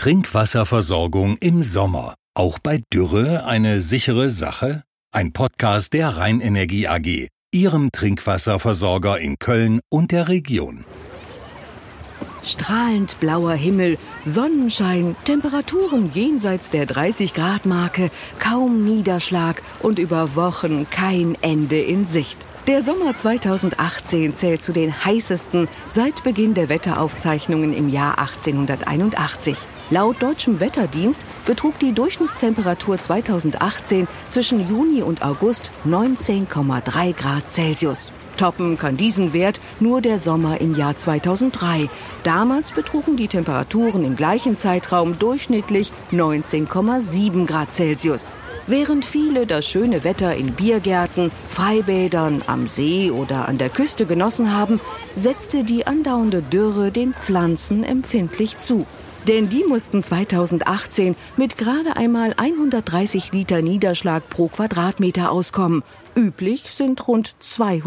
Trinkwasserversorgung im Sommer. Auch bei Dürre eine sichere Sache? Ein Podcast der Rheinenergie AG, Ihrem Trinkwasserversorger in Köln und der Region. Strahlend blauer Himmel, Sonnenschein, Temperaturen jenseits der 30-Grad-Marke, kaum Niederschlag und über Wochen kein Ende in Sicht. Der Sommer 2018 zählt zu den heißesten seit Beginn der Wetteraufzeichnungen im Jahr 1881. Laut Deutschem Wetterdienst betrug die Durchschnittstemperatur 2018 zwischen Juni und August 19,3 Grad Celsius. Toppen kann diesen Wert nur der Sommer im Jahr 2003. Damals betrugen die Temperaturen im gleichen Zeitraum durchschnittlich 19,7 Grad Celsius. Während viele das schöne Wetter in Biergärten, Freibädern, am See oder an der Küste genossen haben, setzte die andauernde Dürre den Pflanzen empfindlich zu. Denn die mussten 2018 mit gerade einmal 130 Liter Niederschlag pro Quadratmeter auskommen. Üblich sind rund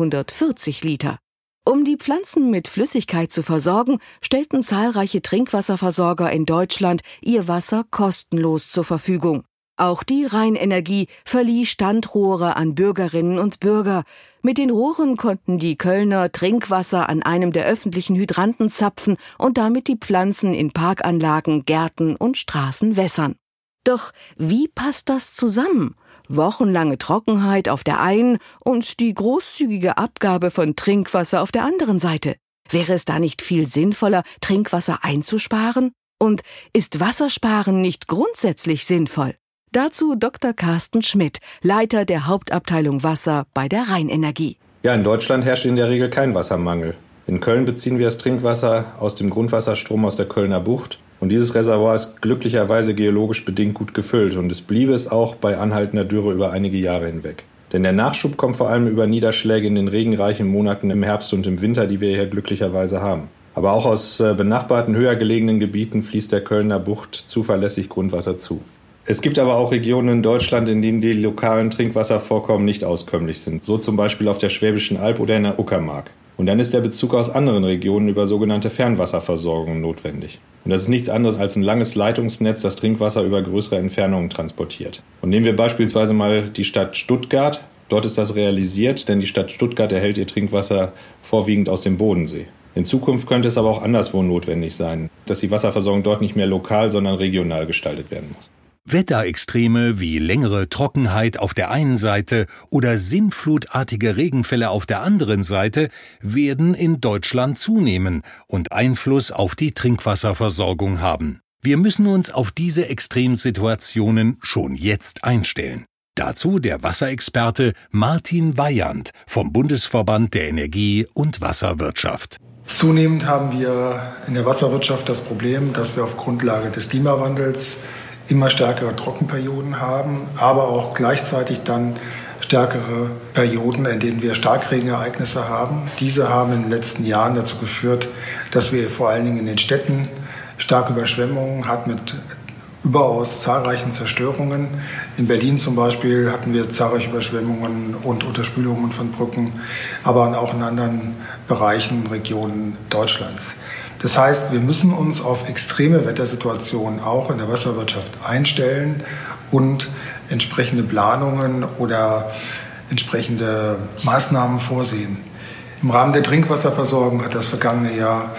240 Liter. Um die Pflanzen mit Flüssigkeit zu versorgen, stellten zahlreiche Trinkwasserversorger in Deutschland ihr Wasser kostenlos zur Verfügung. Auch die Rheinenergie verlieh Standrohre an Bürgerinnen und Bürger. Mit den Rohren konnten die Kölner Trinkwasser an einem der öffentlichen Hydranten zapfen und damit die Pflanzen in Parkanlagen, Gärten und Straßen wässern. Doch wie passt das zusammen? Wochenlange Trockenheit auf der einen und die großzügige Abgabe von Trinkwasser auf der anderen Seite. Wäre es da nicht viel sinnvoller, Trinkwasser einzusparen? Und ist Wassersparen nicht grundsätzlich sinnvoll? Dazu Dr. Carsten Schmidt, Leiter der Hauptabteilung Wasser bei der Rheinenergie. Ja, in Deutschland herrscht in der Regel kein Wassermangel. In Köln beziehen wir das Trinkwasser aus dem Grundwasserstrom aus der Kölner Bucht. Und dieses Reservoir ist glücklicherweise geologisch bedingt gut gefüllt. Und es bliebe es auch bei anhaltender Dürre über einige Jahre hinweg. Denn der Nachschub kommt vor allem über Niederschläge in den regenreichen Monaten im Herbst und im Winter, die wir hier glücklicherweise haben. Aber auch aus benachbarten, höher gelegenen Gebieten fließt der Kölner Bucht zuverlässig Grundwasser zu. Es gibt aber auch Regionen in Deutschland, in denen die lokalen Trinkwasservorkommen nicht auskömmlich sind. So zum Beispiel auf der Schwäbischen Alb oder in der Uckermark. Und dann ist der Bezug aus anderen Regionen über sogenannte Fernwasserversorgung notwendig. Und das ist nichts anderes als ein langes Leitungsnetz, das Trinkwasser über größere Entfernungen transportiert. Und nehmen wir beispielsweise mal die Stadt Stuttgart. Dort ist das realisiert, denn die Stadt Stuttgart erhält ihr Trinkwasser vorwiegend aus dem Bodensee. In Zukunft könnte es aber auch anderswo notwendig sein, dass die Wasserversorgung dort nicht mehr lokal, sondern regional gestaltet werden muss. Wetterextreme wie längere Trockenheit auf der einen Seite oder sinnflutartige Regenfälle auf der anderen Seite werden in Deutschland zunehmen und Einfluss auf die Trinkwasserversorgung haben. Wir müssen uns auf diese Extremsituationen schon jetzt einstellen. Dazu der Wasserexperte Martin Weyand vom Bundesverband der Energie- und Wasserwirtschaft. Zunehmend haben wir in der Wasserwirtschaft das Problem, dass wir auf Grundlage des Klimawandels immer stärkere Trockenperioden haben, aber auch gleichzeitig dann stärkere Perioden, in denen wir Starkregenereignisse haben. Diese haben in den letzten Jahren dazu geführt, dass wir vor allen Dingen in den Städten starke Überschwemmungen hatten mit überaus zahlreichen Zerstörungen. In Berlin zum Beispiel hatten wir zahlreiche Überschwemmungen und Unterspülungen von Brücken, aber auch in anderen Bereichen und Regionen Deutschlands. Das heißt, wir müssen uns auf extreme Wettersituationen auch in der Wasserwirtschaft einstellen und entsprechende Planungen oder entsprechende Maßnahmen vorsehen. Im Rahmen der Trinkwasserversorgung hat das vergangene Jahr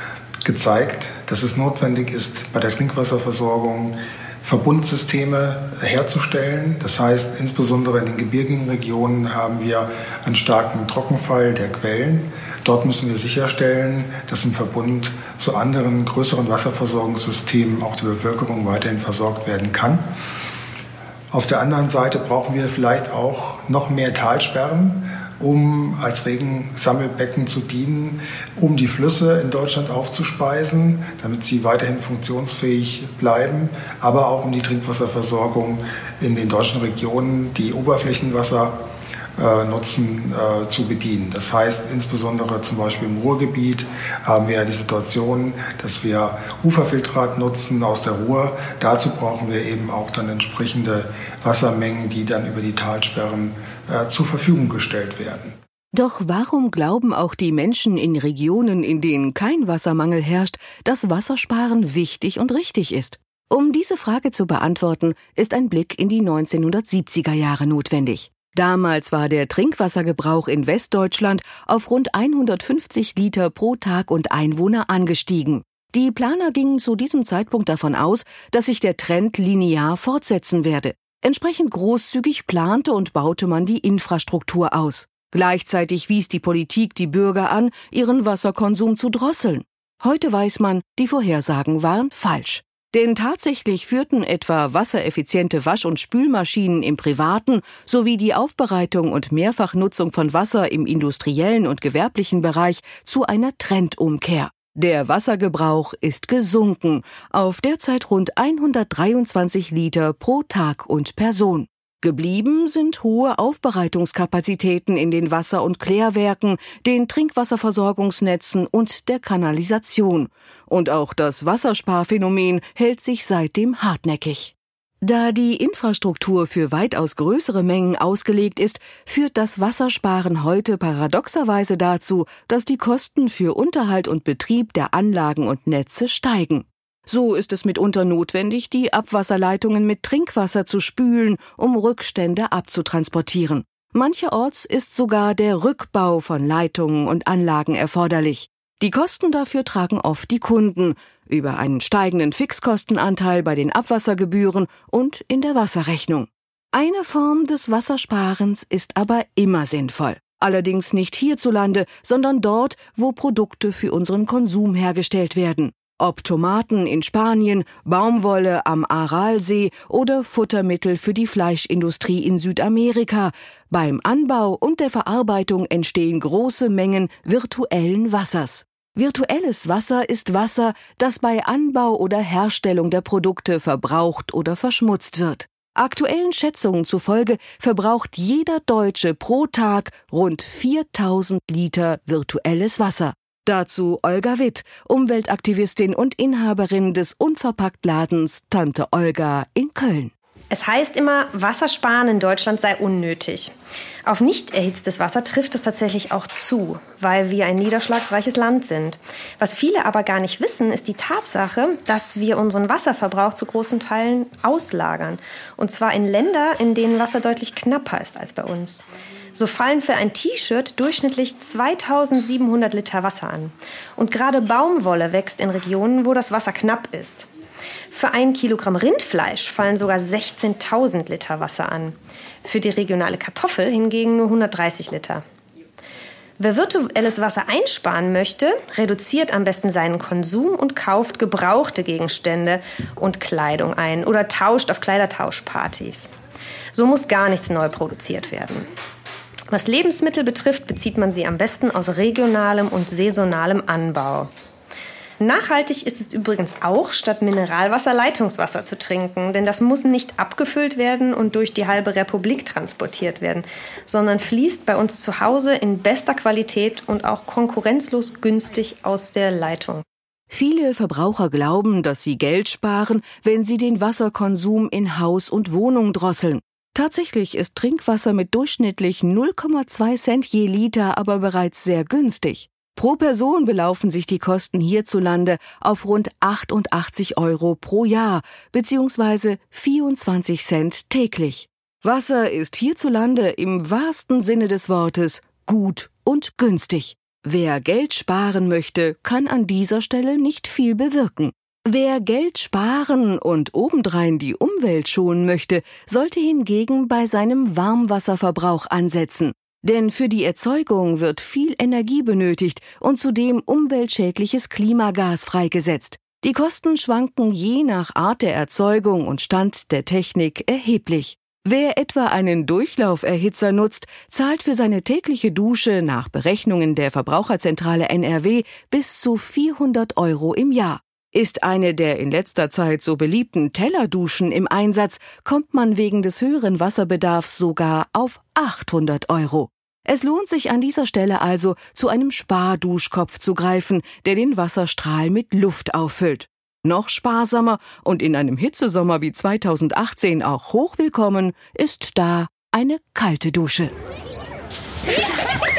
gezeigt, dass es notwendig ist, bei der Trinkwasserversorgung Verbundsysteme herzustellen. Das heißt, insbesondere in den gebirgigen Regionen haben wir einen starken Trockenfall der Quellen. Dort müssen wir sicherstellen, dass im Verbund zu anderen größeren Wasserversorgungssystemen auch die Bevölkerung weiterhin versorgt werden kann. Auf der anderen Seite brauchen wir vielleicht auch noch mehr Talsperren, um als Regensammelbecken zu dienen, um die Flüsse in Deutschland aufzuspeisen, damit sie weiterhin funktionsfähig bleiben, aber auch um die Trinkwasserversorgung in den deutschen Regionen, die Oberflächenwasser nutzen, zu bedienen. Das heißt, insbesondere zum Beispiel im Ruhrgebiet haben wir die Situation, dass wir Uferfiltrat nutzen aus der Ruhr. Dazu brauchen wir eben auch dann entsprechende Wassermengen, die dann über die Talsperren zur Verfügung gestellt werden. Doch warum glauben auch die Menschen in Regionen, in denen kein Wassermangel herrscht, dass Wassersparen wichtig und richtig ist? Um diese Frage zu beantworten, ist ein Blick in die 1970er Jahre notwendig. Damals war der Trinkwassergebrauch in Westdeutschland auf rund 150 Liter pro Tag und Einwohner angestiegen. Die Planer gingen zu diesem Zeitpunkt davon aus, dass sich der Trend linear fortsetzen werde. Entsprechend großzügig plante und baute man die Infrastruktur aus. Gleichzeitig wies die Politik die Bürger an, ihren Wasserkonsum zu drosseln. Heute weiß man, die Vorhersagen waren falsch. Denn tatsächlich führten etwa wassereffiziente Wasch- und Spülmaschinen im privaten sowie die Aufbereitung und Mehrfachnutzung von Wasser im industriellen und gewerblichen Bereich zu einer Trendumkehr. Der Wassergebrauch ist gesunken auf derzeit rund 123 Liter pro Tag und Person. Geblieben sind hohe Aufbereitungskapazitäten in den Wasser- und Klärwerken, den Trinkwasserversorgungsnetzen und der Kanalisation. Und auch das Wassersparphänomen hält sich seitdem hartnäckig. Da die Infrastruktur für weitaus größere Mengen ausgelegt ist, führt das Wassersparen heute paradoxerweise dazu, dass die Kosten für Unterhalt und Betrieb der Anlagen und Netze steigen. So ist es mitunter notwendig, die Abwasserleitungen mit Trinkwasser zu spülen, um Rückstände abzutransportieren. Mancherorts ist sogar der Rückbau von Leitungen und Anlagen erforderlich. Die Kosten dafür tragen oft die Kunden, über einen steigenden Fixkostenanteil bei den Abwassergebühren und in der Wasserrechnung. Eine Form des Wassersparens ist aber immer sinnvoll. Allerdings nicht hierzulande, sondern dort, wo Produkte für unseren Konsum hergestellt werden. Ob Tomaten in Spanien, Baumwolle am Aralsee oder Futtermittel für die Fleischindustrie in Südamerika. Beim Anbau und der Verarbeitung entstehen große Mengen virtuellen Wassers. Virtuelles Wasser ist Wasser, das bei Anbau oder Herstellung der Produkte verbraucht oder verschmutzt wird. Aktuellen Schätzungen zufolge verbraucht jeder Deutsche pro Tag rund 4000 Liter virtuelles Wasser. Dazu Olga Witt, Umweltaktivistin und Inhaberin des Unverpacktladens Tante Olga in Köln. Es heißt immer, Wassersparen in Deutschland sei unnötig. Auf nicht erhitztes Wasser trifft es tatsächlich auch zu, weil wir ein niederschlagsreiches Land sind. Was viele aber gar nicht wissen, ist die Tatsache, dass wir unseren Wasserverbrauch zu großen Teilen auslagern. Und zwar in Länder, in denen Wasser deutlich knapper ist als bei uns. So fallen für ein T-Shirt durchschnittlich 2700 Liter Wasser an. Und gerade Baumwolle wächst in Regionen, wo das Wasser knapp ist. Für 1 Kilogramm Rindfleisch fallen sogar 16.000 Liter Wasser an. Für die regionale Kartoffel hingegen nur 130 Liter. Wer virtuelles Wasser einsparen möchte, reduziert am besten seinen Konsum und kauft gebrauchte Gegenstände und Kleidung ein oder tauscht auf Kleidertauschpartys. So muss gar nichts neu produziert werden. Was Lebensmittel betrifft, bezieht man sie am besten aus regionalem und saisonalem Anbau. Nachhaltig ist es übrigens auch, statt Mineralwasser Leitungswasser zu trinken, denn das muss nicht abgefüllt werden und durch die halbe Republik transportiert werden, sondern fließt bei uns zu Hause in bester Qualität und auch konkurrenzlos günstig aus der Leitung. Viele Verbraucher glauben, dass sie Geld sparen, wenn sie den Wasserkonsum in Haus und Wohnung drosseln. Tatsächlich ist Trinkwasser mit durchschnittlich 0,2 Cent je Liter aber bereits sehr günstig. Pro Person belaufen sich die Kosten hierzulande auf rund 88 € pro Jahr bzw. 24 Cent täglich. Wasser ist hierzulande im wahrsten Sinne des Wortes gut und günstig. Wer Geld sparen möchte, kann an dieser Stelle nicht viel bewirken. Wer Geld sparen und obendrein die Umwelt schonen möchte, sollte hingegen bei seinem Warmwasserverbrauch ansetzen. Denn für die Erzeugung wird viel Energie benötigt und zudem umweltschädliches Klimagas freigesetzt. Die Kosten schwanken je nach Art der Erzeugung und Stand der Technik erheblich. Wer etwa einen Durchlauferhitzer nutzt, zahlt für seine tägliche Dusche nach Berechnungen der Verbraucherzentrale NRW bis zu 400 € im Jahr. Ist eine der in letzter Zeit so beliebten Tellerduschen im Einsatz, kommt man wegen des höheren Wasserbedarfs sogar auf 800 €. Es lohnt sich an dieser Stelle also, zu einem Sparduschkopf zu greifen, der den Wasserstrahl mit Luft auffüllt. Noch sparsamer und in einem Hitzesommer wie 2018 auch hochwillkommen ist da eine kalte Dusche.